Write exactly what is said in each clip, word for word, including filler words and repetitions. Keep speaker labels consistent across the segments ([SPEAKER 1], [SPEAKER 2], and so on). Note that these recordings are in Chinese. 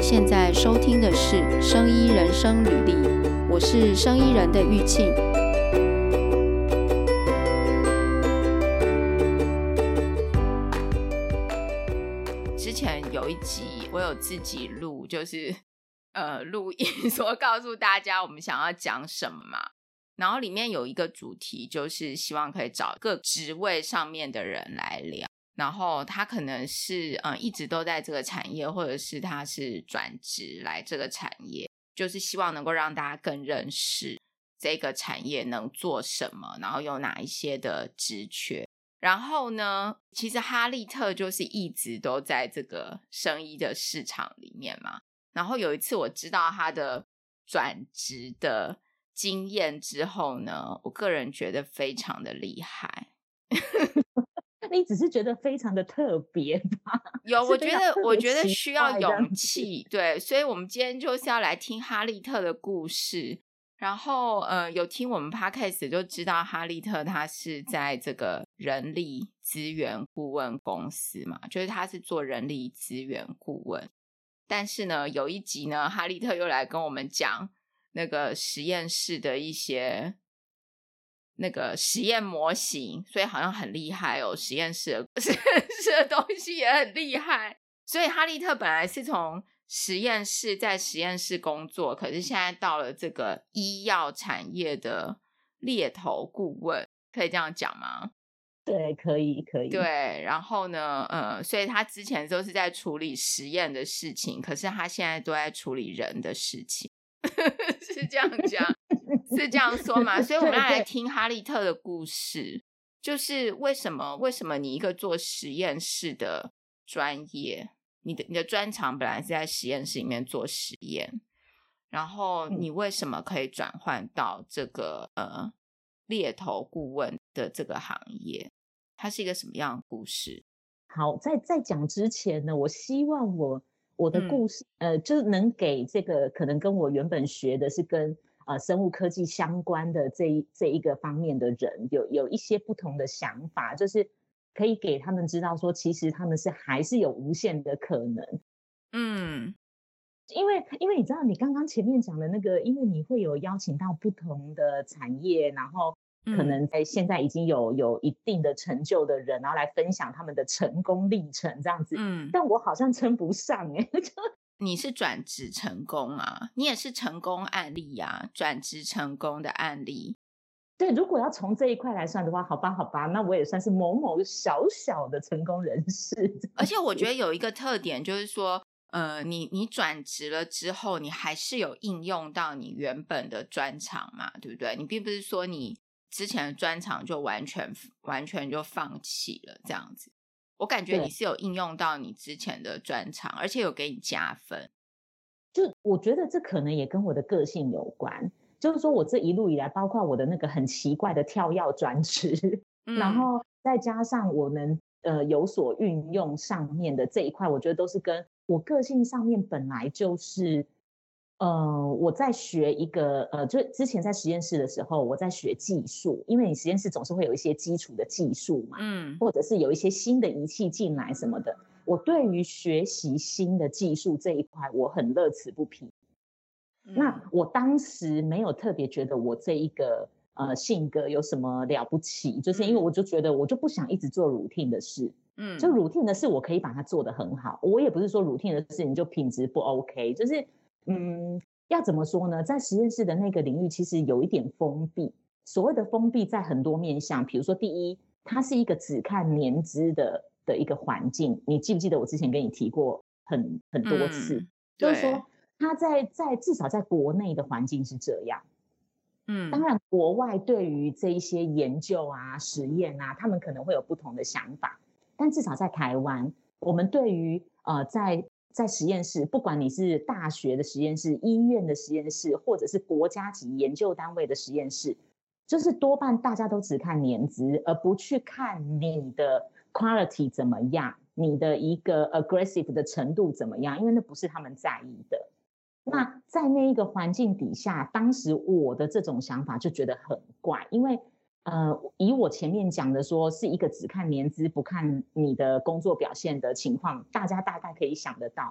[SPEAKER 1] 现在收听的是《生医人生履历》，我是生医人的玉庆。之前有一集我有自己录，就是呃录音说告诉大家我们想要讲什么嘛，然后里面有一个主题就是希望可以找各职位上面的人来聊，然后他可能是嗯一直都在这个产业，或者是他是转职来这个产业，就是希望能够让大家更认识这个产业能做什么，然后有哪一些的职缺。然后呢，其实哈利特就是一直都在这个生医的市场里面嘛，然后有一次我知道他的转职的经验之后呢，我个人觉得非常的厉害。
[SPEAKER 2] 你只是觉得非常的特别吧？
[SPEAKER 1] 有，我觉得我觉得需要勇气，对，所以我们今天就是要来听哈利特的故事。然后呃，有听我们 podcast 就知道哈利特他是在这个人力资源顾问公司嘛，就是他是做人力资源顾问。但是呢，有一集呢，哈利特又来跟我们讲那个实验室的一些那个实验模型，所以好像很厉害哦，实验室的实验室的东西也很厉害。所以哈利特本来是从实验室在实验室工作，可是现在到了这个医药产业的猎头顾问，可以这样讲吗？
[SPEAKER 2] 对，可以可以。
[SPEAKER 1] 对，然后呢呃，所以他之前都是在处理实验的事情，可是他现在都在处理人的事情。是这样讲是这样说吗？所以我们要来听哈利特的故事，就是为什么为什么你一个做实验室的专业，你的你的专长本来是在实验室里面做实验，然后你为什么可以转换到这个呃猎头顾问的这个行业？它是一个什么样的故事？
[SPEAKER 2] 好，在在讲之前呢，我希望我我的故事、嗯、呃，就是能给这个可能跟我原本学的是跟呃生物科技相关的这一这一个方面的人有有一些不同的想法，就是可以给他们知道说，其实他们是还是有无限的可能。
[SPEAKER 1] 嗯，
[SPEAKER 2] 因为因为你知道，你刚刚前面讲的那个，因为你会有邀请到不同的产业，然后可能在现在已经有有一定的成就的人，然后来分享他们的成功历程这样子。嗯，但我好像称不上哎、欸。
[SPEAKER 1] 你是转职成功啊，你也是成功案例啊，转职成功的案例。
[SPEAKER 2] 对，如果要从这一块来算的话，好吧好吧，那我也算是某某小小的成功人士。
[SPEAKER 1] 而且我觉得有一个特点就是说呃，你你转职了之后，你还是有应用到你原本的专长嘛，对不对？你并不是说你之前的专长就完全完全就放弃了这样子。我感觉你是有应用到你之前的专长，而且有给你加分。
[SPEAKER 2] 就我觉得这可能也跟我的个性有关，就是说我这一路以来，包括我的那个很奇怪的跳跃转职、嗯、然后再加上我能呃有所运用上面的这一块，我觉得都是跟我个性上面本来就是呃我在学一个呃就之前在实验室的时候，我在学技术，因为你实验室总是会有一些基础的技术嘛，嗯，或者是有一些新的仪器进来什么的，我对于学习新的技术这一块我很乐此不疲。嗯、那我当时没有特别觉得我这一个呃性格有什么了不起，就是因为我就觉得我就不想一直做 routine 的事。嗯，就 routine 的事我可以把它做得很好，我也不是说 routine 的事情就品质不 OK， 就是嗯，要怎么说呢，在实验室的那个领域其实有一点封闭。所谓的封闭在很多面向，比如说第一，它是一个只看年资的的一个环境，你记不记得我之前跟你提过很很多次、嗯、就是说它在在至少在国内的环境是这样。嗯，当然国外对于这一些研究啊实验啊，他们可能会有不同的想法，但至少在台湾，我们对于呃在在实验室，不管你是大学的实验室、医院的实验室，或者是国家级研究单位的实验室，就是多半大家都只看年资，而不去看你的 quality 怎么样，你的一个 aggressive 的程度怎么样，因为那不是他们在意的。那在那一个环境底下，当时我的这种想法就觉得很怪，因为呃，以我前面讲的说是一个只看年资不看你的工作表现的情况，大家大概可以想得到，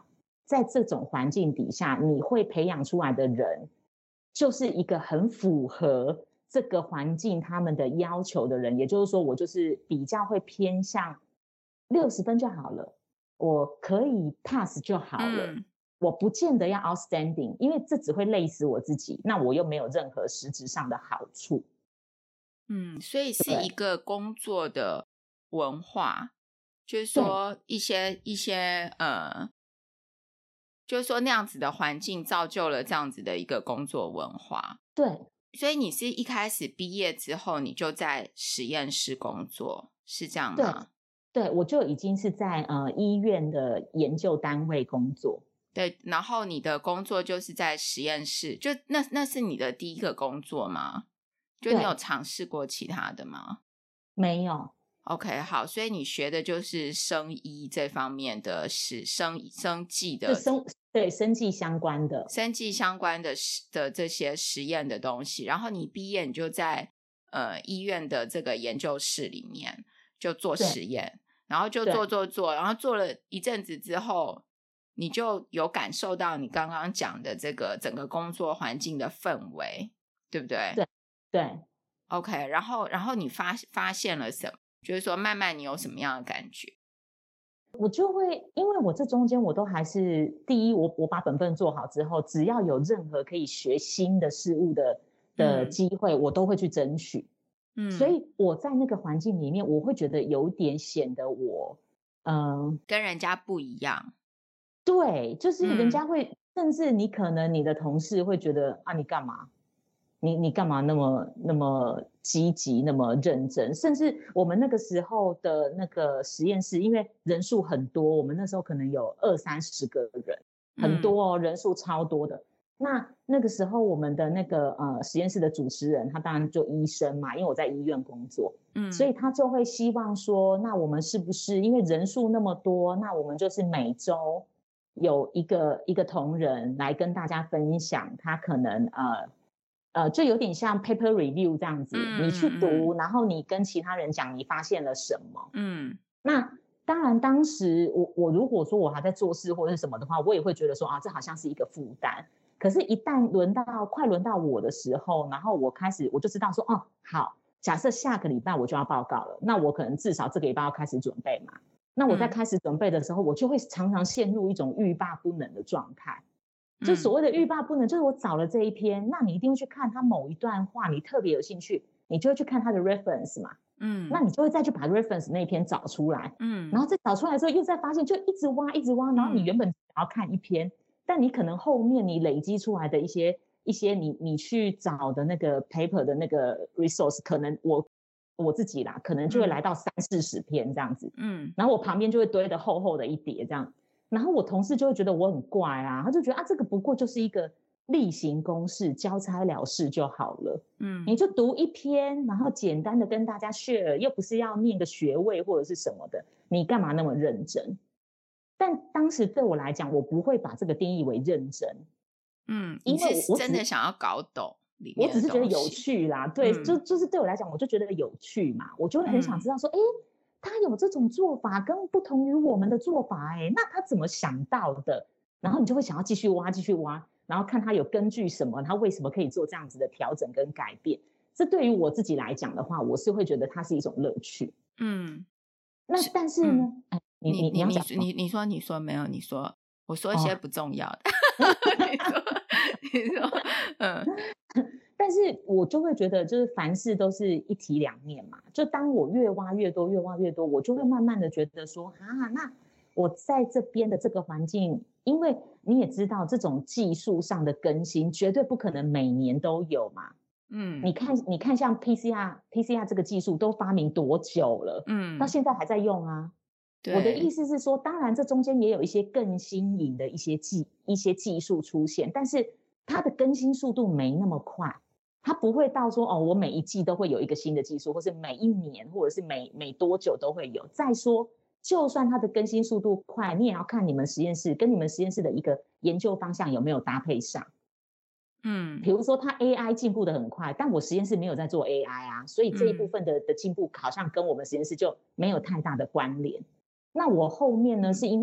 [SPEAKER 2] 在这种环境底下，你会培养出来的人，就是一个很符合这个环境他们的要求的人。也就是说，我就是比较会偏向六十分就好了，我可以 pass 就好了。嗯，我不见得要 outstanding， 因为这只会累死我自己，那我又没有任何实质上的好处。
[SPEAKER 1] 嗯，所以是一个工作的文化，就是说一些一些呃，就是说那样子的环境造就了这样子的一个工作文化。
[SPEAKER 2] 对，
[SPEAKER 1] 所以你是一开始毕业之后你就在实验室工作，是这样吗？
[SPEAKER 2] 对，对，我就已经是在呃医院的研究单位工作。
[SPEAKER 1] 对，然后你的工作就是在实验室，就那那是你的第一个工作吗？就你有尝试过其他的吗？
[SPEAKER 2] 没有。
[SPEAKER 1] OK， 好，所以你学的就是生医这方面的是生生技的，
[SPEAKER 2] 生对生技相关的，
[SPEAKER 1] 生技相关的的这些实验的东西。然后你毕业你就在呃医院的这个研究室里面就做实验，然后就做做做，然后做了一阵子之后，你就有感受到你刚刚讲的这个整个工作环境的氛围，对不对？
[SPEAKER 2] 对对。
[SPEAKER 1] OK， 然后然后你发发现了什么？就是说慢慢你有什么样的感觉？
[SPEAKER 2] 我就会因为我这中间我都还是第一，我我把本分做好之后，只要有任何可以学新的事物的的机会、嗯、我都会去争取。嗯，所以我在那个环境里面，我会觉得有点显得我嗯、呃、
[SPEAKER 1] 跟人家不一样。
[SPEAKER 2] 对，就是人家会、嗯、甚至你可能你的同事会觉得啊，你干嘛你你干嘛那么那么积极那么认真。甚至我们那个时候的那个实验室，因为人数很多，我们那时候可能有二三十个人，很多哦、嗯、人数超多的。那那个时候我们的那个呃实验室的主持人，他当然就医生嘛，因为我在医院工作，嗯，所以他就会希望说，那我们是不是因为人数那么多，那我们就是每周有一个一个同仁来跟大家分享他可能呃呃，就有点像 paper review 这样子，嗯，你去读，然后你跟其他人讲你发现了什么。嗯，那当然当时我我如果说我还在做事或者是什么的话，我也会觉得说啊，这好像是一个负担。可是一旦轮到快轮到我的时候，然后我开始我就知道说哦，好，假设下个礼拜我就要报告了，那我可能至少这个礼拜要开始准备嘛。那我在开始准备的时候，嗯，我就会常常陷入一种欲罢不能的状态。就所谓的欲罢不能，就是我找了这一篇，那你一定会去看他某一段话，你特别有兴趣，你就会去看他的 reference 嘛，嗯，那你就会再去把 reference 那一篇找出来，嗯，然后再找出来之后，又再发现，就一直挖，一直挖，然后你原本想要看一篇，嗯，但你可能后面你累积出来的一些一些你你去找的那个 paper 的那个 resource， 可能我我自己啦，可能就会来到三四十篇这样子，嗯，然后我旁边就会堆得厚厚的一叠这样。然后我同事就会觉得我很怪啊，他就觉得啊，这个不过就是一个例行公事，交差了事就好了。嗯，你就读一篇，然后简单的跟大家 share， 又不是要念个学位或者是什么的，你干嘛那么认真？但当时对我来讲，我不会把这个定义为认真。
[SPEAKER 1] 嗯，因为我真的想要搞懂里面的东西，
[SPEAKER 2] 我只是觉得有趣啦。对，嗯，就就是对我来讲，我就觉得有趣嘛，我就会很想知道说，哎，嗯，他有这种做法跟不同于我们的做法，哎，那他怎么想到的？然后你就会想要继续挖，继续挖，然后看他有根据什么，他为什么可以做这样子的调整跟改变。这对于我自己来讲的话，我是会觉得它是一种乐趣。嗯，那但是呢，嗯，哎，你你你要讲
[SPEAKER 1] 你你说你说没有，你说我说一些不重要的，哦，你说你说嗯。
[SPEAKER 2] 但是我就会觉得，就是凡事都是一体两面嘛。就当我越挖越多，越挖越多，我就会慢慢的觉得说，啊，那我在这边的这个环境，因为你也知道，这种技术上的更新绝对不可能每年都有嘛。嗯，你看，你看，像 P C R、P C R 这个技术都发明多久了？嗯，到现在还在用啊。我的意思是说，当然这中间也有一些更新颖的一些技一些技术出现，但是它的更新速度没那么快。它不会到说哦，我每一季都会有一个新的技术，或是每一年，或者是每每多久都会有。再说，就算它的更新速度快，你也要看你们实验室跟你们实验室的一个研究方向有没有搭配上。嗯，比如说它 A I 进步的很快，但我实验室没有在做 A I 啊，所以这一部分的、嗯、的进步好像跟我们实验室就没有太大的关联。那我后面呢，是因为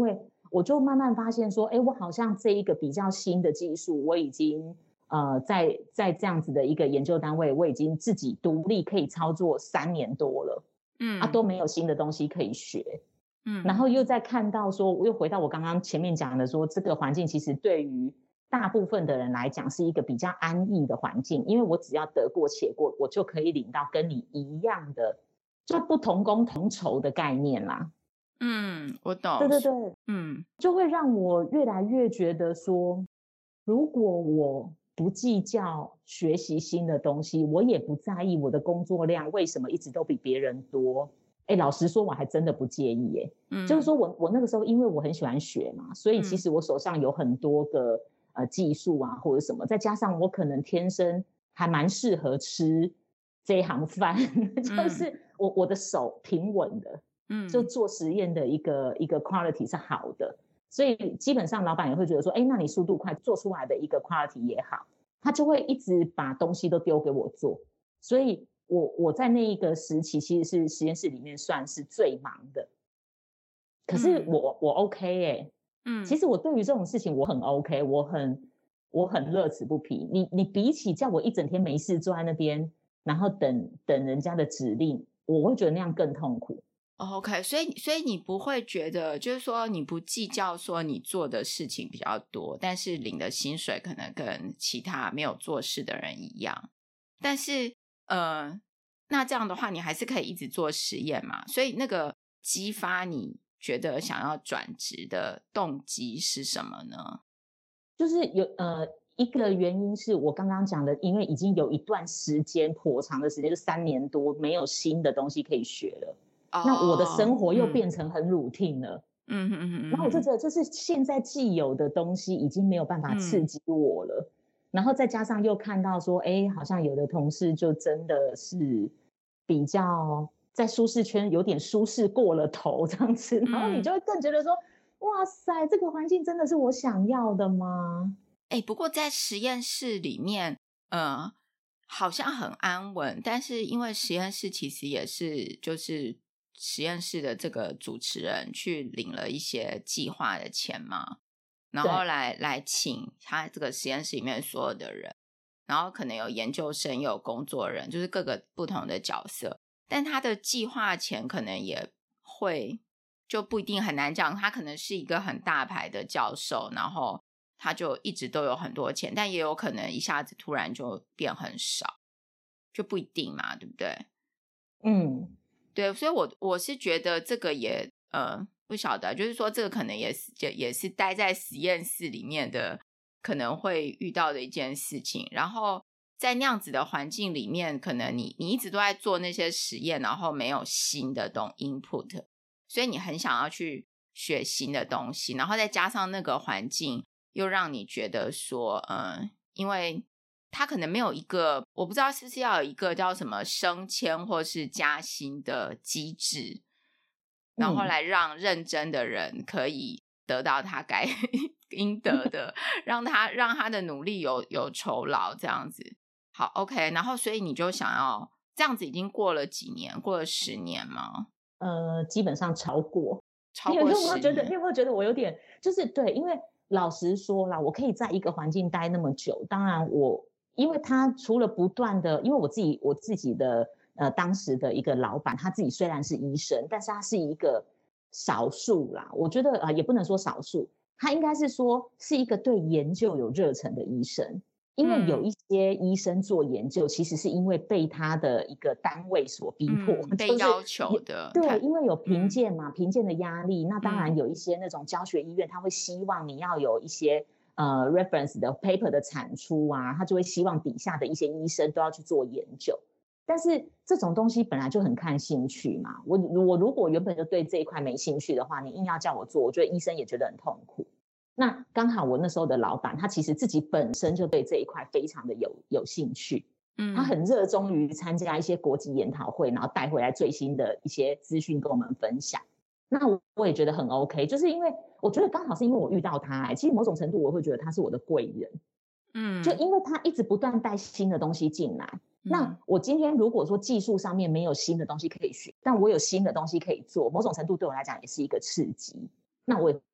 [SPEAKER 2] 我就慢慢发现说，哎，我好像这一个比较新的技术，我已经呃在在这样子的一个研究单位，我已经自己独立可以操作三年多了，嗯，啊都没有新的东西可以学，嗯，然后又再看到说，又回到我刚刚前面讲的说，这个环境其实对于大部分的人来讲是一个比较安逸的环境，因为我只要得过且过，我就可以领到跟你一样的，就不同工同酬的概念啦。
[SPEAKER 1] 嗯，我懂。
[SPEAKER 2] 对对对，
[SPEAKER 1] 嗯，
[SPEAKER 2] 就会让我越来越觉得说，如果我不计较学习新的东西，我也不在意我的工作量为什么一直都比别人多。哎，老实说，我还真的不介意耶。嗯，就是说我我那个时候，因为我很喜欢学嘛，所以其实我手上有很多个呃技术啊或者什么，再加上我可能天生还蛮适合吃这一行饭，就是我我的手挺稳的。嗯，就做实验的一个一个 quality 是好的，所以基本上老板也会觉得说，哎，那你速度快，做出来的一个 quality 也好，他就会一直把东西都丢给我做，所以我我在那一个时期其实是实验室里面算是最忙的，可是我、嗯、我 OK 哎、欸，嗯，其实我对于这种事情我很 OK， 我很我很乐此不疲。你你比起叫我一整天没事坐在那边，然后等等人家的指令，我会觉得那样更痛苦。
[SPEAKER 1] OK， 所以所以你不会觉得，就是说你不计较说你做的事情比较多，但是领的薪水可能跟其他没有做事的人一样，但是呃，那这样的话你还是可以一直做实验嘛，所以那个激发你觉得想要转职的动机是什么呢？
[SPEAKER 2] 就是有呃一个原因是我刚刚讲的，因为已经有一段时间颇长的时间，就三年多没有新的东西可以学了。Oh, 那我的生活又变成很 routine 了，嗯嗯嗯嗯，然后我就觉得就是现在既有的东西已经没有办法刺激我了，嗯、然后再加上又看到说，哎，好像有的同事就真的是比较在舒适圈有点舒适过了头这样子，然后你就会更觉得说，哇塞，这个环境真的是我想要的吗？
[SPEAKER 1] 哎，不过在实验室里面，呃，好像很安稳，但是因为实验室其实也是就是实验室的这个主持人去领了一些计划的钱嘛，然后来来请他这个实验室里面所有的人，然后可能有研究生，也有工作人，就是各个不同的角色，但他的计划钱可能也会就不一定很难讲，他可能是一个很大牌的教授，然后他就一直都有很多钱，但也有可能一下子突然就变很少，就不一定嘛，对不对？嗯，对，所以我我是觉得这个也呃不晓得，就是说这个可能也是也是待在实验室里面的可能会遇到的一件事情，然后在那样子的环境里面，可能你你一直都在做那些实验，然后没有新的东 input， 所以你很想要去学新的东西，然后再加上那个环境又让你觉得说嗯，因为他可能没有一个，我不知道是不是要有一个叫什么升迁或是加薪的机制，然后来让认真的人可以得到他该应得的，让他让他的努力有有酬劳这样子。好 OK， 然后所以你就想要这样子，已经过了几年？过了十年吗？
[SPEAKER 2] 呃，基本上超过，
[SPEAKER 1] 超过十年。
[SPEAKER 2] 你有没有觉得？你有没有觉得我有点就是对？因为老实说啦，我可以在一个环境待那么久，当然我。因为他除了不断的，因为我自己我自己的呃当时的一个老板，他自己虽然是医生，但是他是一个少数啦，我觉得啊、呃、也不能说少数，他应该是说是一个对研究有热忱的医生。因为有一些医生做研究，其实是因为被他的一个单位所逼迫，
[SPEAKER 1] 嗯、被要求的。
[SPEAKER 2] 对，因为有评鉴嘛，嗯、评鉴的压力，那当然有一些那种教学医院，他会希望你要有一些。呃 reference 的 paper 的产出啊，他就会希望底下的一些医生都要去做研究。但是这种东西本来就很看兴趣嘛，我我如果原本就对这一块没兴趣的话，你硬要叫我做，我觉得医生也觉得很痛苦。那刚好我那时候的老板，他其实自己本身就对这一块非常的有有兴趣，嗯，他很热衷于参加一些国际研讨会，然后带回来最新的一些资讯跟我们分享。那我也觉得很 OK， 就是因为我觉得刚好是因为我遇到他、欸，其实某种程度我会觉得他是我的贵人，嗯，就因为他一直不断带新的东西进来、嗯。那我今天如果说技术上面没有新的东西可以学，但我有新的东西可以做，某种程度对我来讲也是一个刺激。那我也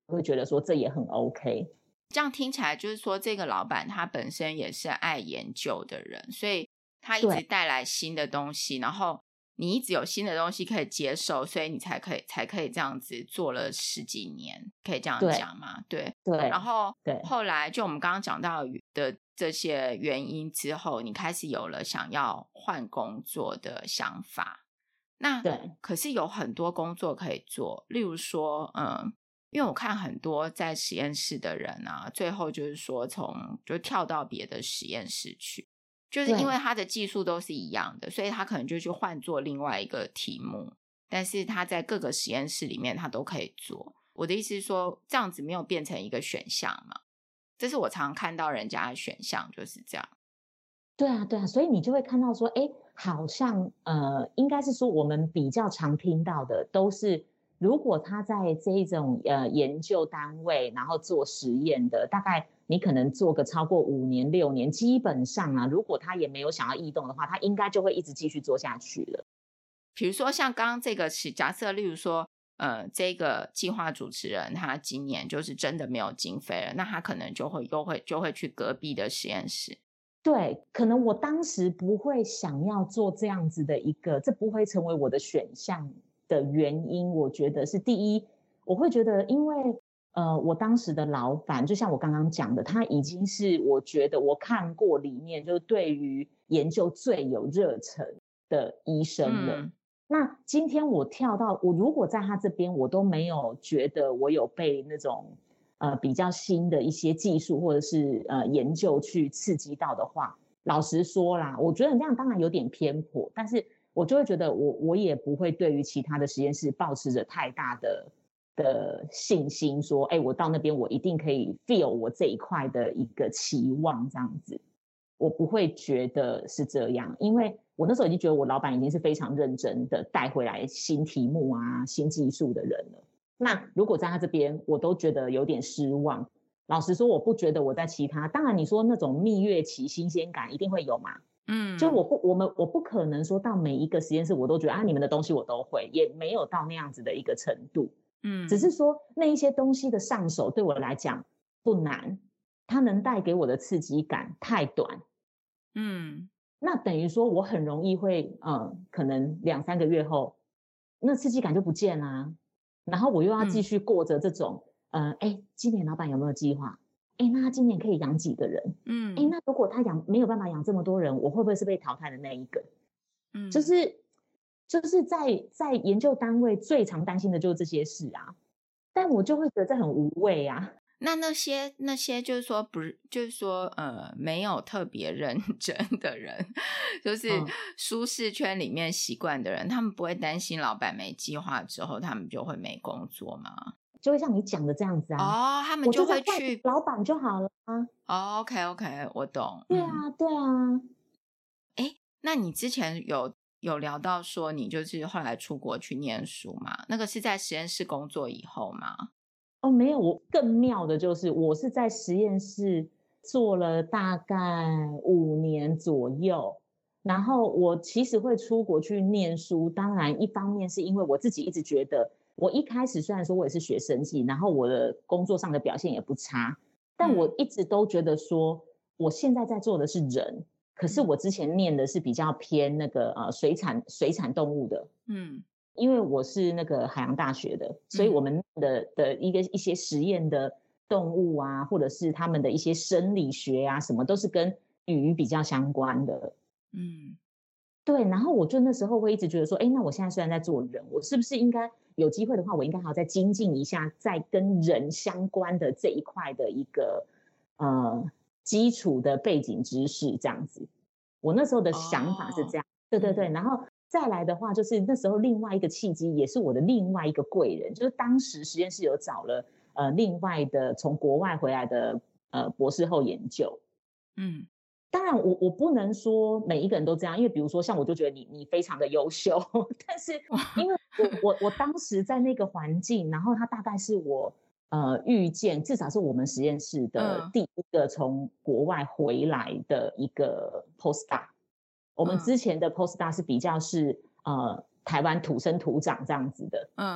[SPEAKER 2] 会觉得说这也很 OK。
[SPEAKER 1] 这样听起来就是说，这个老板他本身也是爱研究的人，所以他一直带来新的东西，然后你一直有新的东西可以接受，所以你才可以才可以这样子做了十几年，可以这样讲吗？对
[SPEAKER 2] 对, 对
[SPEAKER 1] 然后
[SPEAKER 2] 对
[SPEAKER 1] 后来就我们刚刚讲到的这些原因之后，你开始有了想要换工作的想法。那
[SPEAKER 2] 对，
[SPEAKER 1] 可是有很多工作可以做，例如说嗯因为我看很多在实验室的人啊，最后就是说从就跳到别的实验室去，就是因为他的技术都是一样的，所以他可能就去换做另外一个题目，但是他在各个实验室里面他都可以做。我的意思是说，这样子没有变成一个选项嘛？这是我常看到人家的选项就是这样。
[SPEAKER 2] 对啊对啊，所以你就会看到说，哎，好像呃，应该是说我们比较常听到的都是，如果他在这一种呃研究单位，然后做实验的，大概你可能做个超过五年六年，基本上啊，如果他也没有想要异动的话，他应该就会一直继续做下去了。
[SPEAKER 1] 比如说像刚刚这个是假设，例如说呃，这个计划主持人他今年就是真的没有经费了，那他可能就会又会就会去隔壁的实验室。
[SPEAKER 2] 对，可能我当时不会想要做这样子的一个，这不会成为我的选项的原因，我觉得是第一，我会觉得因为呃，我当时的老板就像我刚刚讲的，他已经是我觉得我看过里面就是对于研究最有热忱的医生了。嗯，那今天我跳到我如果在他这边我都没有觉得我有被那种呃比较新的一些技术或者是呃研究去刺激到的话，老实说啦，我觉得那样当然有点偏颇，但是我就会觉得我我也不会对于其他的实验室抱持着太大的的信心说，哎，我到那边我一定可以 feel 我这一块的一个期望这样子，我不会觉得是这样，因为我那时候已经觉得我老板已经是非常认真的带回来新题目啊新技术的人了，那如果在他这边我都觉得有点失望，老实说我不觉得我在其他，当然你说那种蜜月期新鲜感一定会有嘛，嗯，就我不我们我不可能说到每一个实验室我都觉得啊你们的东西我都会，也没有到那样子的一个程度，嗯，只是说那一些东西的上手对我来讲不难，它能带给我的刺激感太短，嗯，那等于说我很容易会呃可能两三个月后那刺激感就不见啦，啊，然后我又要继续过着这种，嗯，呃，哎，今年老板有没有计划？哎，那他今年可以养几个人？嗯，哎，那如果他养没有办法养这么多人，我会不会是被淘汰的那一个？嗯，就是就是在在研究单位最常担心的就是这些事啊，但我就会觉得这很无谓啊。
[SPEAKER 1] 那那些那些就是说不是就是说呃没有特别认真的人，就是舒适圈里面习惯的人，他们不会担心老板没计划之后他们就会没工作吗？
[SPEAKER 2] 就会像你讲的这样子啊，
[SPEAKER 1] 哦，他们就会去
[SPEAKER 2] 老板就好了啊。
[SPEAKER 1] 哦 OK OK 我懂。
[SPEAKER 2] 对啊，嗯，对啊。
[SPEAKER 1] 诶，那你之前有有聊到说你就是后来出国去念书吗？那个是在实验室工作以后吗？
[SPEAKER 2] 哦，没有，我更妙的就是我是在实验室做了大概五年左右，然后我其实会出国去念书，当然一方面是因为我自己一直觉得我一开始虽然说我也是学生系，然后我的工作上的表现也不差，但我一直都觉得说我现在在做的是人，可是我之前念的是比较偏那个呃水产水产动物的，嗯，因为我是那个海洋大学的，所以我们的的一个一些实验的动物啊，或者是他们的一些生理学啊，什么都是跟鱼比较相关的。嗯，对。然后我就那时候会一直觉得说，哎，那我现在虽然在做人，我是不是应该有机会的话，我应该还要再精进一下，在跟人相关的这一块的一个呃基础的背景知识这样子。我那时候的想法是这样，哦，对对对。然后再来的话，就是那时候另外一个契机，也是我的另外一个贵人，就是当时实验室有找了呃另外的从国外回来的呃博士后研究，嗯，当然我我不能说每一个人都这样，因为比如说像我就觉得你你非常的优秀，但是因为我我我当时在那个环境，然后他大概是我呃遇见至少是我们实验室的第一个从国外回来的一个 postdoc。我们之前的 postdoc 是比较是呃台湾土生土长这样子的，嗯，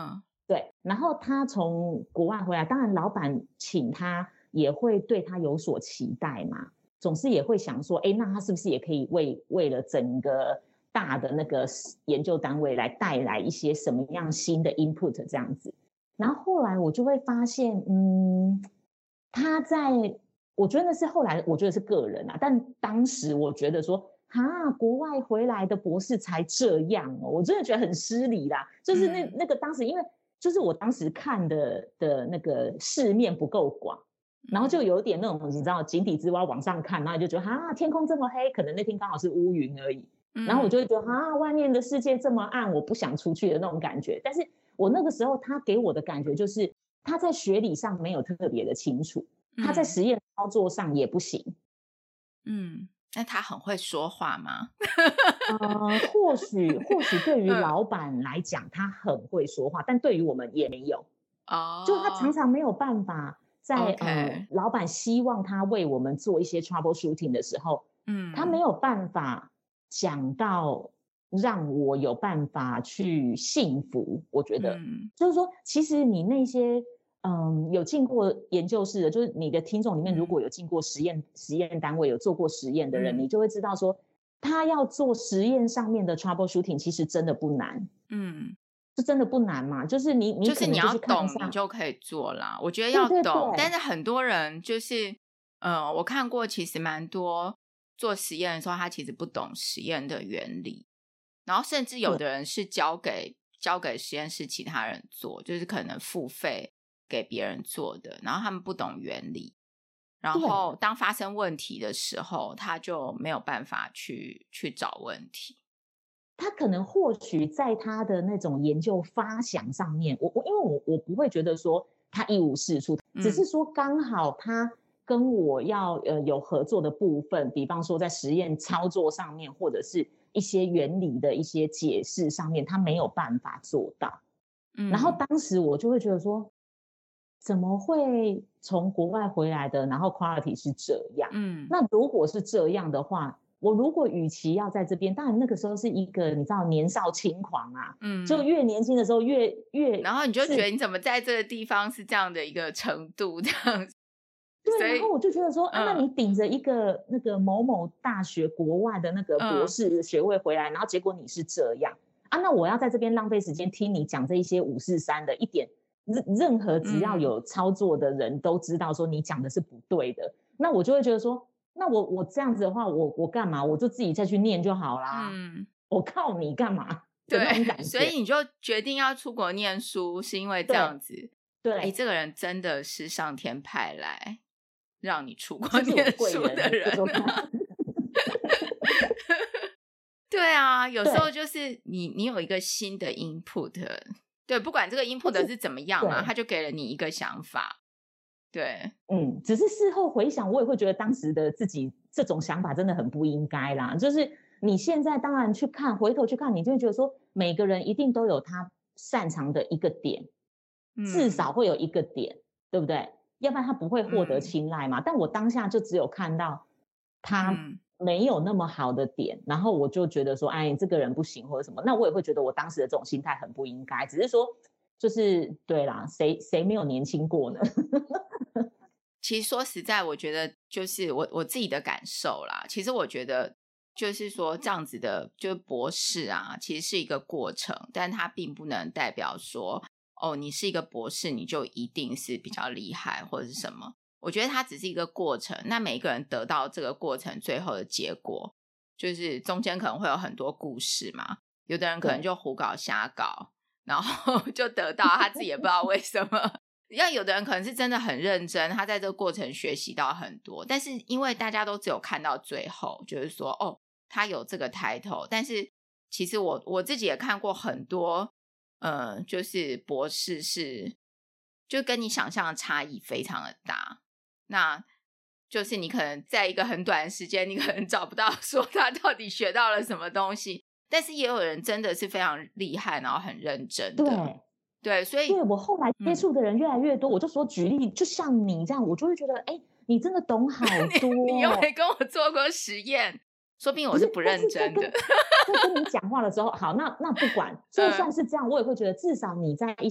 [SPEAKER 2] 对，然后他从国外回来，当然老板请他也会对他有所期待嘛，总是也会想说，哎，那他是不是也可以为为了整个大的那个研究单位来带来一些什么样新的 input 这样子。然后后来我就会发现，嗯，他在，我觉得那是后来我觉得是个人啊，但当时我觉得说，哈，国外回来的博士才这样哦，我真的觉得很失礼啦。就是那、嗯、那个当时，因为就是我当时看的的那个世面不够广，然后就有点那种你知道井底之蛙往上看，然后就觉得哈，天空这么黑，可能那天刚好是乌云而已，然后我就会觉得哈，外面的世界这么暗，我不想出去的那种感觉。但是我那个时候他给我的感觉就是他在学理上没有特别的清楚，他在实验操作上也不行。
[SPEAKER 1] 嗯，那他很会说话吗？
[SPEAKER 2] 呃，或许或许对于老板来讲他很会说话，但对于我们也没有。
[SPEAKER 1] 哦，
[SPEAKER 2] 就他常常没有办法在、
[SPEAKER 1] okay.
[SPEAKER 2] 呃老板希望他为我们做一些 troubleshooting 的时候，嗯，他没有办法讲到让我有办法去信服。我觉得、嗯、就是说其实你那些嗯有进过研究室的，就是你的听众里面如果有进过实验、嗯、实验单位有做过实验的人、嗯、你就会知道说他要做实验上面的 troubleshooting 其实真的不难。嗯，是真的不难嘛，就是你你
[SPEAKER 1] 就是你要懂你就可以做啦。我觉得要懂，对对对，但是很多人就是呃，我看过其实蛮多做实验的时候他其实不懂实验的原理，然后甚至有的人是交给交给实验室其他人做，就是可能付费给别人做的，然后他们不懂原理，然后当发生问题的时候他就没有办法去去找问题。
[SPEAKER 2] 他可能或许在他的那种研究发想上面，我我因为我我不会觉得说他一无是处，只是说刚好他跟我要呃有合作的部分，比方说在实验操作上面，或者是一些原理的一些解释上面，他没有办法做到。嗯，然后当时我就会觉得说，怎么会从国外回来的，然后 quality 是这样？嗯，那如果是这样的话，我如果与其要在这边，当然那个时候是一个你知道年少轻狂啊，嗯，就越年轻的时候越越，
[SPEAKER 1] 然后你就觉得你怎么在这个地方是这样的一个程度这样子。
[SPEAKER 2] 对，然后我就觉得说、嗯啊、那你顶着一个那个某某大学国外的那个博士学位回来、嗯、然后结果你是这样啊，那我要在这边浪费时间听你讲这一些五四三的，一点任何只要有操作的人都知道说你讲的是不对的、嗯、那我就会觉得说那我我这样子的话，我我干嘛？我就自己再去念就好啦。嗯，我靠你干嘛？
[SPEAKER 1] 对，所以你就决定要出国念书，是因为这样子。
[SPEAKER 2] 对，
[SPEAKER 1] 哎，这个人真的是上天派来让你出国念书的人。对啊，有时候就是你你有一个新的 input， 对，不管这个 input 是怎么样啊，他就给了你一个想法。对，
[SPEAKER 2] 嗯，只是事后回想，我也会觉得当时的自己这种想法真的很不应该啦。就是你现在当然去看，回头去看，你就会觉得说，每个人一定都有他擅长的一个点，嗯、至少会有一个点，对不对？要不然他不会获得青睐嘛。嗯、但我当下就只有看到他没有那么好的点，嗯、然后我就觉得说，哎，这个人不行或者什么，那我也会觉得我当时的这种心态很不应该。只是说，就是对啦，谁谁没有年轻过呢？
[SPEAKER 1] 其实说实在，我觉得就是我我自己的感受啦。其实我觉得就是说这样子的，就是博士啊，其实是一个过程，但它并不能代表说哦，你是一个博士，你就一定是比较厉害或者是什么。我觉得它只是一个过程，那每一个人得到这个过程最后的结果，就是中间可能会有很多故事嘛。有的人可能就胡搞瞎搞，然后就得到他自己也不知道为什么。要有的人可能是真的很认真，他在这个过程学习到很多，但是因为大家都只有看到最后，就是说哦，他有这个 title， 但是其实我我自己也看过很多呃，就是博士是就跟你想象的差异非常的大，那就是你可能在一个很短的时间你可能找不到说他到底学到了什么东西，但是也有人真的是非常厉害然后很认真的。
[SPEAKER 2] 对
[SPEAKER 1] 对，所以
[SPEAKER 2] 对我后来接触的人越来越多、嗯、我就说举例就像你这样，我就会觉得哎，你真的懂好多、哦、
[SPEAKER 1] 你, 你又没跟我做过实验，说不定我是不认真的。
[SPEAKER 2] 在跟你讲话的时候好，那那不管就算是这样、嗯、我也会觉得至少你在一些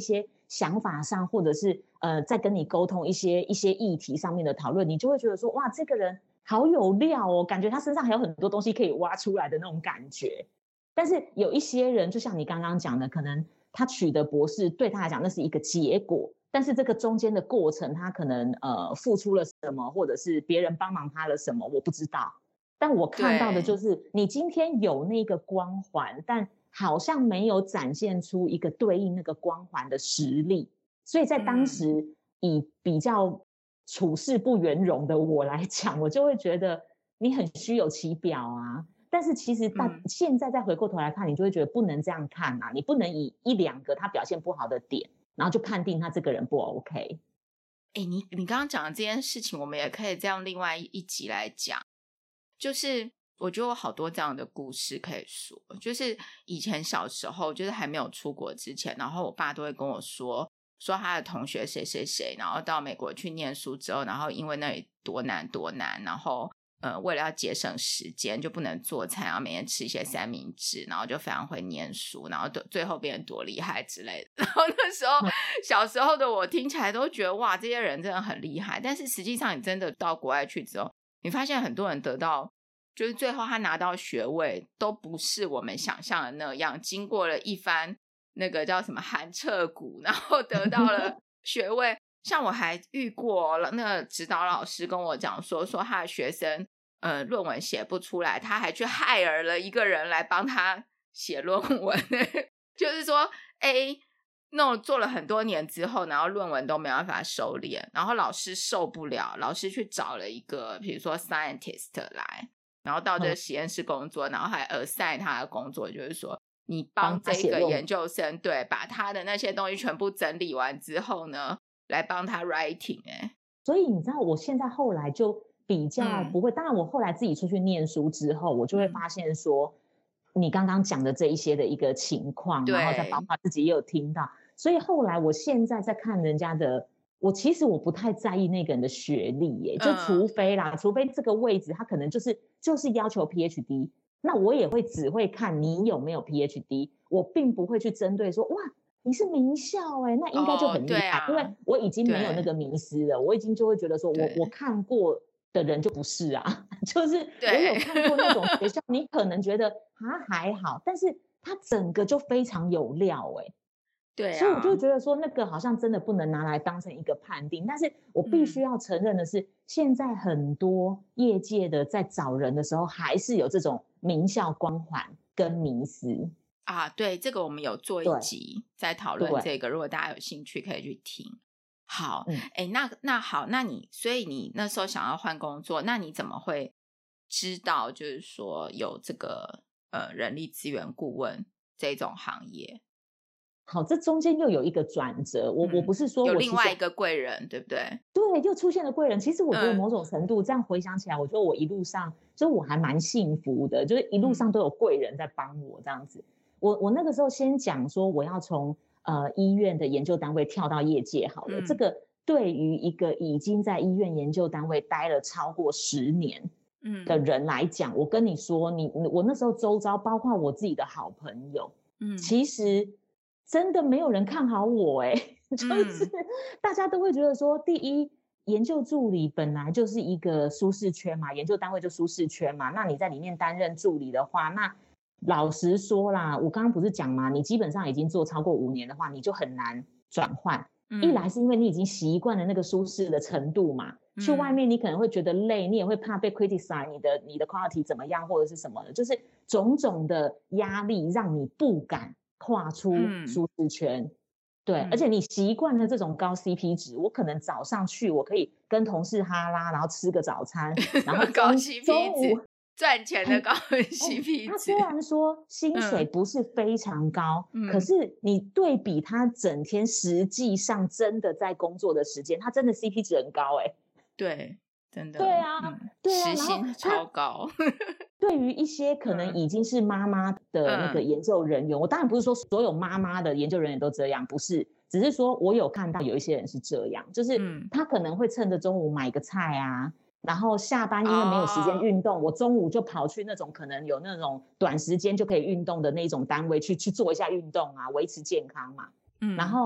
[SPEAKER 2] 想法上，或者是呃在跟你沟通一些一些议题上面的讨论，你就会觉得说哇，这个人好有料哦，感觉他身上还有很多东西可以挖出来的那种感觉。但是有一些人，就像你刚刚讲的，可能他取得博士对他来讲那是一个结果，但是这个中间的过程，他可能呃付出了什么，或者是别人帮忙他了什么，我不知道。但我看到的就是你今天有那个光环，但好像没有展现出一个对应那个光环的实力，所以在当时以比较处事不圆融的我来讲，我就会觉得你很虚有其表啊。但是其实大、嗯、现在再回过头来看，你就会觉得不能这样看啊，你不能以一两个他表现不好的点，然后就判定他这个人不 OK。
[SPEAKER 1] 哎、欸，你你刚刚讲的这件事情，我们也可以这样另外一集来讲。就是我觉得我好多这样的故事可以说，就是以前小时候，就是还没有出国之前，然后我爸都会跟我说，说他的同学谁谁谁，然后到美国去念书之后，然后因为那里多难多难，然后呃为了要节省时间，就不能做菜，然后每天吃一些三明治，然后就非常会念书，然后最后变得多厉害之类的。然后那时候小时候的我听起来都觉得哇，这些人真的很厉害，但是实际上你真的到国外去之后，你发现很多人得到就是最后他拿到学位都不是我们想象的那样，经过了一番那个叫什么寒彻骨，然后得到了学位。像我还遇过那个指导老师跟我讲说，说他的学生呃论文写不出来，他还去hire了一个人来帮他写论文就是说 A 弄做了很多年之后，然后论文都没办法收敛，然后老师受不了，老师去找了一个比如说 scientist 来，然后到这个实验室工作、嗯、然后还 assign 他的工作，就是说你帮这个研究生对把他的那些东西全部整理完之后呢，来帮他 writing、欸、
[SPEAKER 2] 所以你知道我现在后来就比较不会、嗯、当然我后来自己出去念书之后，我就会发现说、嗯、你刚刚讲的这一些的一个情况，然后再包括自己也有听到，所以后来我现在在看人家的，我其实我不太在意那个人的学历耶，就除非啦、嗯、除非这个位置他可能就是就是要求 P H D， 那我也会只会看你有没有 P H D， 我并不会去针对说哇你是名校哎、欸，那应该就很厉害、哦啊、因为我已经没有那个迷思了，我已经就会觉得说我我看过的人就不是啊，就是我有看过那种学校你可能觉得他还好，但是他整个就非常有料哎、欸，
[SPEAKER 1] 对、啊，
[SPEAKER 2] 所以我就觉得说那个好像真的不能拿来当成一个判定，但是我必须要承认的是、嗯、现在很多业界的在找人的时候还是有这种名校光环跟迷思
[SPEAKER 1] 啊，对，这个我们有做一集在讨论这个，如果大家有兴趣可以去听。好，哎、嗯，那那好，那你所以你那时候想要换工作，那你怎么会知道就是说有这个呃人力资源顾问这种行业？
[SPEAKER 2] 好，这中间又有一个转折，我、嗯、我不是说我
[SPEAKER 1] 有另外一个贵人，对不对？
[SPEAKER 2] 对，又出现了贵人。其实我觉得某种程度、嗯、这样回想起来，我觉得我一路上就我还蛮幸福的，就是一路上都有贵人在帮我这样子。嗯、我我那个时候先讲说我要从呃医院的研究单位跳到业界好了，嗯、这个对于一个已经在医院研究单位待了超过十年的人来讲，嗯、我跟你说，你我那时候周遭包括我自己的好朋友，嗯，其实。真的没有人看好我哎、欸，就是大家都会觉得说，第一，研究助理本来就是一个舒适圈嘛，研究单位就舒适圈嘛，那你在里面担任助理的话，那老实说啦，我刚刚不是讲嘛，你基本上已经做超过五年的话，你就很难转换。嗯、一来是因为你已经习惯了那个舒适的程度嘛，嗯、去外面你可能会觉得累，你也会怕被 criticize 你的你的 quality 怎么样或者是什么的，就是种种的压力让你不敢跨出舒适圈、嗯、对、嗯、而且你习惯了这种高 C P 值，我可能早上去我可以跟同事哈拉，然后吃个早餐然后
[SPEAKER 1] 高 C P 值赚钱的高 C P 值、
[SPEAKER 2] 欸、他虽然说薪水不是非常高、嗯、可是你对比他整天实际上真的在工作的时间，他真的 C P 值很高哎、欸，
[SPEAKER 1] 对，真的
[SPEAKER 2] 对啊、嗯、对啊，
[SPEAKER 1] 时薪超高
[SPEAKER 2] 对于一些可能已经是妈妈的那个研究人员、嗯、我当然不是说所有妈妈的研究人员都这样，不是，只是说我有看到有一些人是这样，就是他可能会趁着中午买个菜啊，然后下班因为没有时间运动、哦、我中午就跑去那种可能有那种短时间就可以运动的那种单位去去做一下运动啊，维持健康嘛、嗯、然后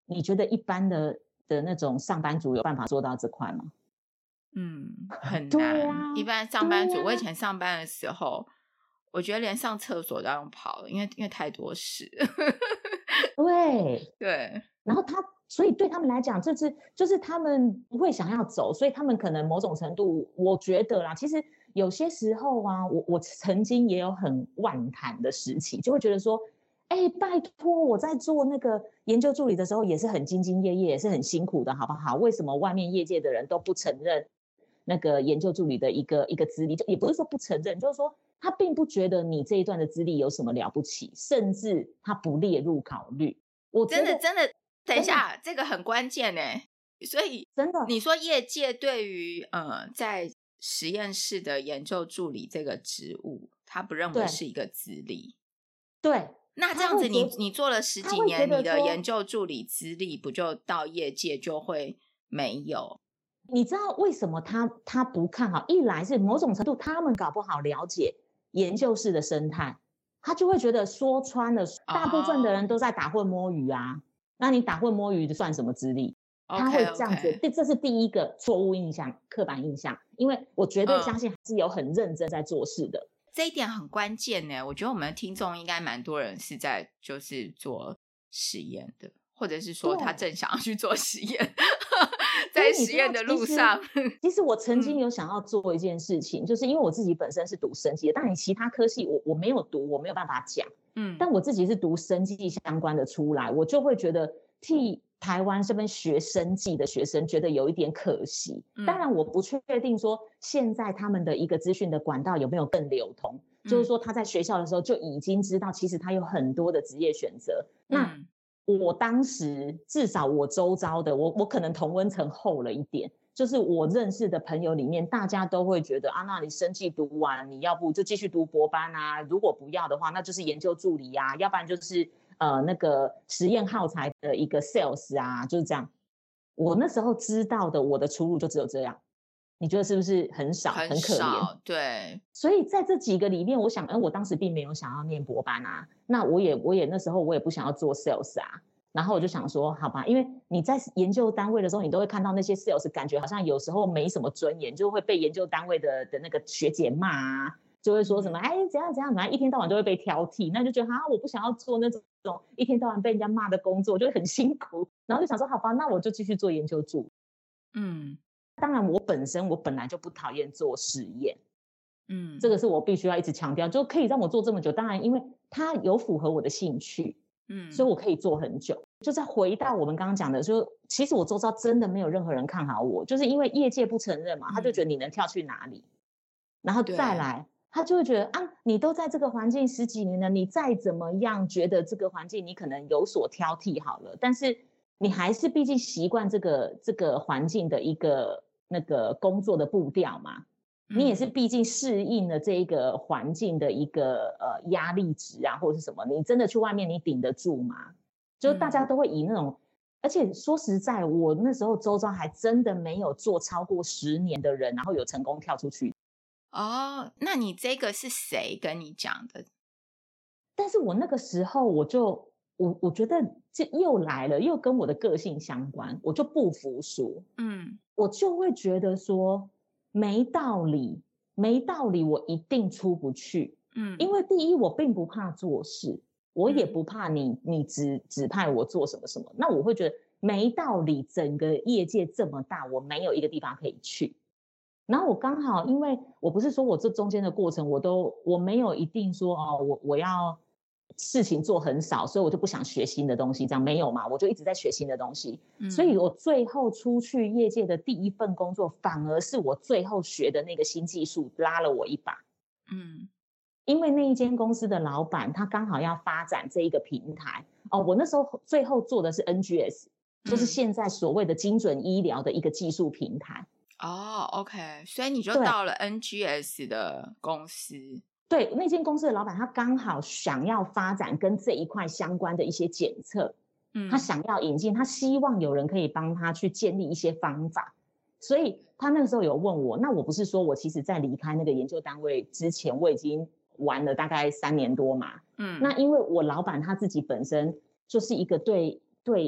[SPEAKER 2] 你觉得一般的的那种上班族有办法做到这块吗？
[SPEAKER 1] 嗯，很
[SPEAKER 2] 对
[SPEAKER 1] 难。
[SPEAKER 2] 啊，
[SPEAKER 1] 一般上班族，
[SPEAKER 2] 对啊
[SPEAKER 1] 我以前上班的时候，我觉得连上厕所都要用跑了，因为因为太多事。
[SPEAKER 2] 对，
[SPEAKER 1] 对，
[SPEAKER 2] 然后他，所以对他们来讲，这是就是他们不会想要走，所以他们可能某种程度，我觉得啦，其实有些时候啊，我我曾经也有很万谈的时期，就会觉得说，哎，拜托，我在做那个研究助理的时候，也是很兢兢业业，也是很辛苦的，好不好？为什么外面业界的人都不承认那个研究助理的一个一个资历？就也不是说不承认，就是说他并不觉得你这一段的资历有什么了不起，甚至他不列入考虑。我
[SPEAKER 1] 真的真的，等一下，这个很关键呢。所以
[SPEAKER 2] 真的，
[SPEAKER 1] 你说业界对于呃在实验室的研究助理这个职务，他不认为是一个资历。
[SPEAKER 2] 对，
[SPEAKER 1] 那这样子你，你你做了十几年，你的研究助理资历不就到业界就会没有？
[SPEAKER 2] 你知道为什么他他不看好？一来是某种程度他们搞不好了解研究室的生态。他就会觉得说穿了，大部分的人都在打混摸鱼啊。Oh. 那你打混摸鱼算什么资历？
[SPEAKER 1] Okay,
[SPEAKER 2] 他会这样子，
[SPEAKER 1] okay.
[SPEAKER 2] 这是第一个错误印象，刻板印象。因为我绝对相信还是有很认真在做事的。
[SPEAKER 1] 嗯、这一点很关键呢。我觉得我们的听众应该蛮多人是在就是做实验的，或者是说他正想要去做实验。在实验的路上，
[SPEAKER 2] 其实, 其实我曾经有想要做一件事情，嗯、就是因为我自己本身是读生技的，但你其他科系我我没有读，我没有办法讲，嗯，但我自己是读生技相关的出来，我就会觉得替台湾这边学生技的学生觉得有一点可惜。嗯、当然，我不确定说现在他们的一个资讯的管道有没有更流通，嗯、就是说他在学校的时候就已经知道，其实他有很多的职业选择。嗯、那我当时至少我周遭的我我可能同温层厚了一点，就是我认识的朋友里面，大家都会觉得啊，那你生技读完，你要不就继续读博班啊，如果不要的话，那就是研究助理啊，要不然就是呃那个实验耗材的一个 sales 啊，就是这样。我那时候知道的，我的出路就只有这样。你觉得是不是很少，很可怜？
[SPEAKER 1] 对。
[SPEAKER 2] 所以在这几个里面，我想，嗯，我当时并没有想要念博班啊，那我也，我也那时候我也不想要做 sales 啊，然后我就想说，好吧，因为你在研究单位的时候，你都会看到那些 sales， 感觉好像有时候没什么尊严，就会被研究单位的的那个学姐骂啊，就会说什么，哎，怎样怎样怎样，一天到晚都会被挑剔，那就觉得哈，我不想要做那种一天到晚被人家骂的工作，就会很辛苦，然后就想说，好吧，那我就继续做研究助。嗯。当然我本身我本来就不讨厌做实验，嗯，这个是我必须要一直强调，就可以让我做这么久，当然因为它有符合我的兴趣，嗯，所以我可以做很久。就再回到我们刚刚讲的，就其实我周遭真的没有任何人看好我，就是因为业界不承认嘛，他就觉得你能跳去哪里，然后再来他就会觉得啊，你都在这个环境十几年了，你再怎么样觉得这个环境你可能有所挑剔好了，但是你还是毕竟习惯这个这个环境的一个那个工作的步调嘛，嗯、你也是毕竟适应了这一个环境的一个呃压力值啊，或者是什么，你真的去外面你顶得住吗？就大家都会以那种，嗯、而且说实在，我那时候周遭还真的没有做超过十年的人，然后有成功跳出去。
[SPEAKER 1] 哦，那你这个是谁跟你讲的？
[SPEAKER 2] 但是我那个时候我就。我我觉得这又来了，又跟我的个性相关，我就不服输，嗯，我就会觉得说没道理，没道理，我一定出不去，嗯，因为第一我并不怕做事，我也不怕你你指指派我做什么什么，那我会觉得没道理，整个业界这么大，我没有一个地方可以去。然后我刚好，因为我不是说我这中间的过程，我都我没有一定说哦，我我要。事情做很少，所以我就不想学新的东西，这样没有嘛？我就一直在学新的东西，嗯、所以我最后出去业界的第一份工作，反而是我最后学的那个新技术拉了我一把。嗯，因为那一间公司的老板他刚好要发展这一个平台哦，我那时候最后做的是 N G S，嗯、就是现在所谓的精准医疗的一个技术平台。
[SPEAKER 1] 哦 ，OK， 所以你就到了 N G S 的公司。
[SPEAKER 2] 对，那间公司的老板他刚好想要发展跟这一块相关的一些检测，嗯，他想要引进，他希望有人可以帮他去建立一些方法，所以他那个时候有问我，那我不是说我其实在离开那个研究单位之前，我已经玩了大概三年多嘛，嗯，那因为我老板他自己本身就是一个对对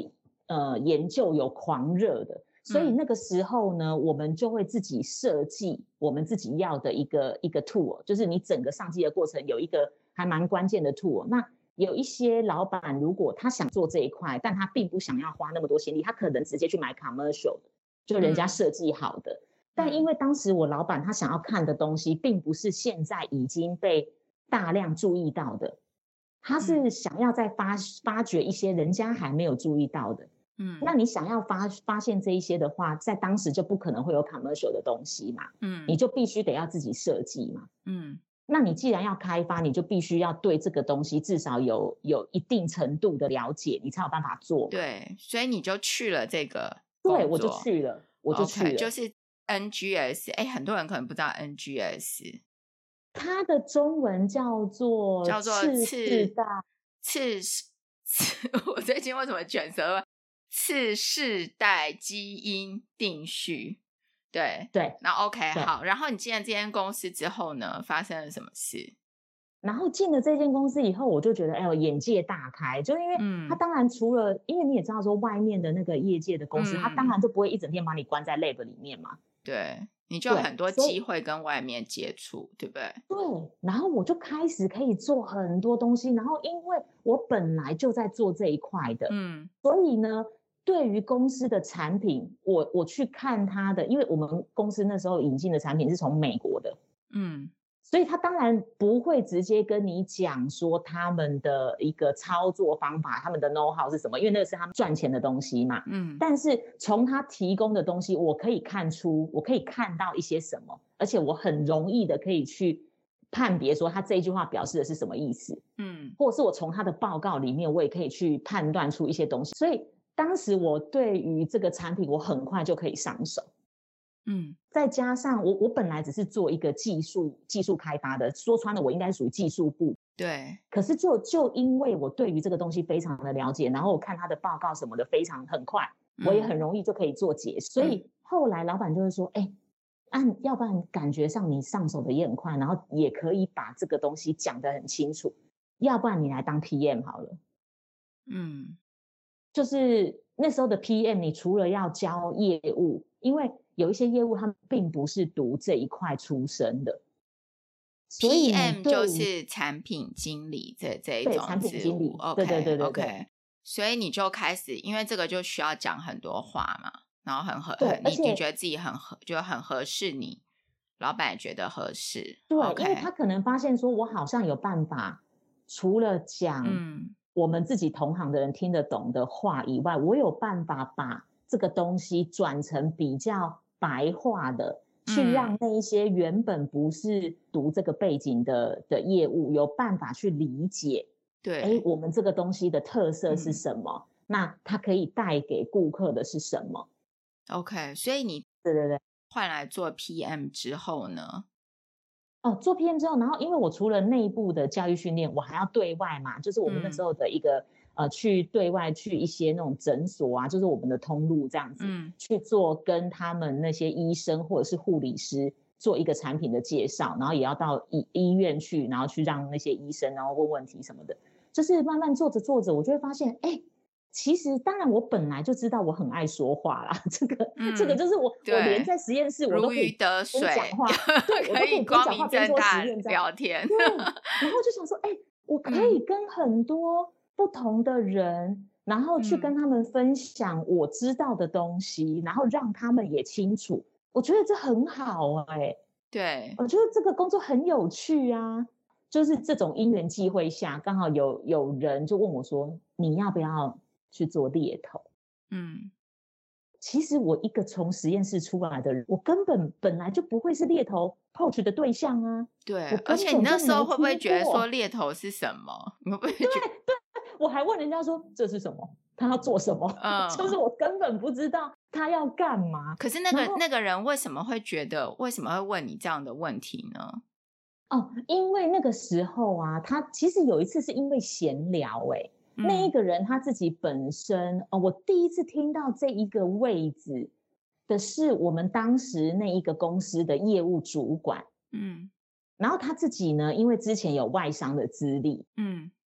[SPEAKER 2] 呃研究有狂热的，所以那个时候呢，嗯、我们就会自己设计我们自己要的一个一个 tool， 就是你整个上机的过程有一个还蛮关键的 tool。那有一些老板如果他想做这一块，但他并不想要花那么多心力，他可能直接去买 commercial 的，就人家设计好的。嗯、但因为当时我老板他想要看的东西，并不是现在已经被大量注意到的，他是想要再发发掘一些人家还没有注意到的。嗯，那你想要发发现这一些的话，在当时就不可能会有 commercial 的东西嘛。嗯，你就必须得要自己设计嘛。嗯。那你既然要开发，你就必须要对这个东西至少有有一定程度的了解，你才有办法做。
[SPEAKER 1] 对，所以你就去了这个
[SPEAKER 2] 工作。对，我就去了，我就去了。
[SPEAKER 1] Okay, 就是 N G S， 哎，很多人可能不知道 N G S，
[SPEAKER 2] 它的中文叫做
[SPEAKER 1] 叫做
[SPEAKER 2] 次世代
[SPEAKER 1] 次次，我最近为什么卷舌？次世代基因定序。对
[SPEAKER 2] 对，
[SPEAKER 1] 那 OK 好，然后你进了这间公司之后呢，发生了什么事？
[SPEAKER 2] 然后进了这间公司以后，我就觉得哎呦眼界大开，就因为他当然除了，嗯、因为你也知道说外面的那个业界的公司，嗯、他当然就不会一整天把你关在 lab 里面嘛，
[SPEAKER 1] 对，你就有很多机会跟外面接触，对不对？
[SPEAKER 2] 对，然后我就开始可以做很多东西，然后因为我本来就在做这一块的，嗯，所以呢。对于公司的产品，我我去看它的，因为我们公司那时候引进的产品是从美国的，嗯，所以他当然不会直接跟你讲说他们的一个操作方法，他们的 know how 是什么，因为那个是他们赚钱的东西嘛，嗯，但是从他提供的东西，我可以看出，我可以看到一些什么，而且我很容易的可以去判别说他这一句话表示的是什么意思，嗯，或者是我从他的报告里面，我也可以去判断出一些东西，所以。当时我对于这个产品，我很快就可以上手，嗯，再加上我我本来只是做一个技术技术开发的，说穿了我应该属于技术部，
[SPEAKER 1] 对。
[SPEAKER 2] 可是就就因为我对于这个东西非常的了解，然后我看他的报告什么的非常很快，嗯、我也很容易就可以做解释，所以后来老板就会说，哎、欸，按要不然感觉上你上手的也很快，然后也可以把这个东西讲得很清楚，要不然你来当 P M 好了，嗯。就是那时候的 P M， 你除了要教业务，因为有一些业务他们并不是读这一块出身的，
[SPEAKER 1] 所以 P M 就是产品经理这这一种
[SPEAKER 2] 产品经理。
[SPEAKER 1] OK，
[SPEAKER 2] 对对对对
[SPEAKER 1] OK， 所以你就开始，因为这个就需要讲很多话嘛，然后很合，
[SPEAKER 2] 对，
[SPEAKER 1] 你你觉得自己很合，就很合适你，老板也觉得合适。
[SPEAKER 2] 对，
[SPEAKER 1] okay，
[SPEAKER 2] 因为他可能发现说我好像有办法，除了讲，嗯。我们自己同行的人听得懂的话以外，我有办法把这个东西转成比较白话的，嗯、去让那一些原本不是读这个背景的的业务有办法去理解。
[SPEAKER 1] 对，
[SPEAKER 2] 哎，我们这个东西的特色是什么？嗯、那它可以带给顾客的是什么
[SPEAKER 1] ？OK， 所以你
[SPEAKER 2] 对对对
[SPEAKER 1] 换来做 P M 之后呢？
[SPEAKER 2] 哦，做 P M 之后，然后因为我除了内部的教育训练，我还要对外嘛，就是我们那时候的一个、嗯、呃，去对外去一些那种诊所啊，就是我们的通路这样子，嗯，去做跟他们那些医生或者是护理师做一个产品的介绍，然后也要到医医院去，然后去让那些医生然后问问题什么的，就是慢慢做着做着，我就会发现，哎。其实，当然，我本来就知道我很爱说话啦。这个，嗯、这个就是我，我连在实验室我都可以边讲话，对，我都可以边讲话边做实验
[SPEAKER 1] 聊天。
[SPEAKER 2] 对，然后就想说，哎、欸，我可以跟很多不同的人，嗯、然后去跟他们分享我知道的东西，嗯、然后让他们也清楚。我觉得这很好哎、欸。
[SPEAKER 1] 对，
[SPEAKER 2] 我觉得这个工作很有趣啊。就是这种因缘际会下，刚好有有人就问我说，你要不要去做猎头？嗯，其实我一个从实验室出来的人，我根本本来就不会是猎头 poach 的对象啊。
[SPEAKER 1] 对，而且你那时候会不会觉得说猎头是什么？你会不会觉得？
[SPEAKER 2] 对对，我还问人家说这是什么，他要做什么？嗯，就是我根本不知道他要干嘛。
[SPEAKER 1] 可是那个那个人为什么会觉得，为什么会问你这样的问题呢？
[SPEAKER 2] 哦，因为那个时候啊，他其实有一次是因为闲聊、欸，哎、嗯，那一个人他自己本身，哦，我第一次听到这一个位置的是我们当时那一个公司的业务主管，嗯，然后他自己呢，因为之前有外商的资历，嗯，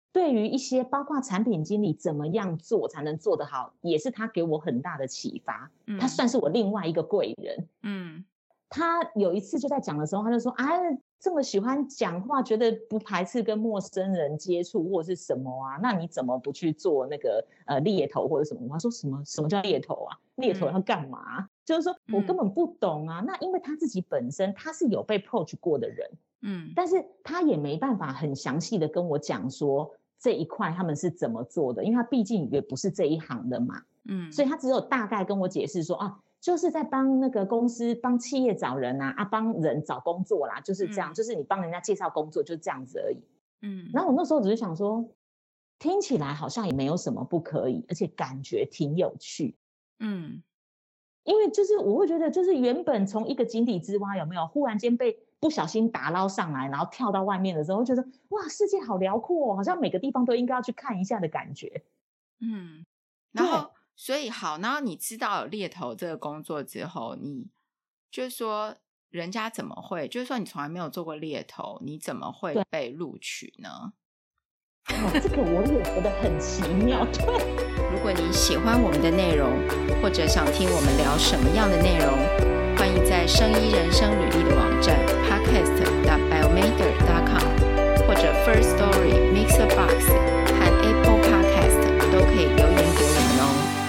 [SPEAKER 2] 对于一些包括产品经理怎么样做才能做得好，也是他给我很大的启发。嗯、他算是我另外一个贵人。嗯，他有一次就在讲的时候，他就说：“啊，这么喜欢讲话，觉得不排斥跟陌生人接触或是什么啊？那你怎么不去做那个呃猎头或者什么？”他说：“什么什么叫猎头啊？猎头要干嘛？”嗯、就是说我根本不懂啊。嗯、那因为他自己本身他是有被 approach 过的人，嗯，但是他也没办法很详细的跟我讲说这一块他们是怎么做的，因为他毕竟也不是这一行的嘛，嗯，所以他只有大概跟我解释说啊，就是在帮那个公司帮企业找人啊，啊帮人找工作啦，就是这样，嗯、就是你帮人家介绍工作就是这样子而已，嗯，然后我那时候只是想说，听起来好像也没有什么不可以，而且感觉挺有趣，嗯，因为就是我会觉得就是原本从一个井底之蛙有没有忽然间被不小心打捞上来，然后跳到外面的时候，会觉得哇，世界好辽阔哦，好像每个地方都应该要去看一下的感觉。
[SPEAKER 1] 嗯，然后所以好，然后你知道有猎头这个工作之后，你就是说人家怎么会，就是说你从来没有做过猎头，你怎么会被录取呢？
[SPEAKER 2] 哦，这个我也觉得很奇妙。对，
[SPEAKER 1] 如果你喜欢我们的内容，或者想听我们聊什么样的内容，欢迎在生医人生履历的网站 podcast dot biomatter dot com 或者 First Story、Mixerbox 和 Apple Podcast 都可以留言给我们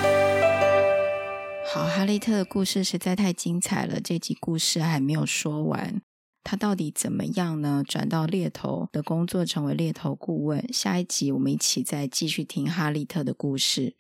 [SPEAKER 1] 哦。好，哈利特的故事实在太精彩了，这集故事还没有说完。他到底怎么样呢？转到猎头的工作，成为猎头顾问。下一集我们一起再继续听哈利特的故事。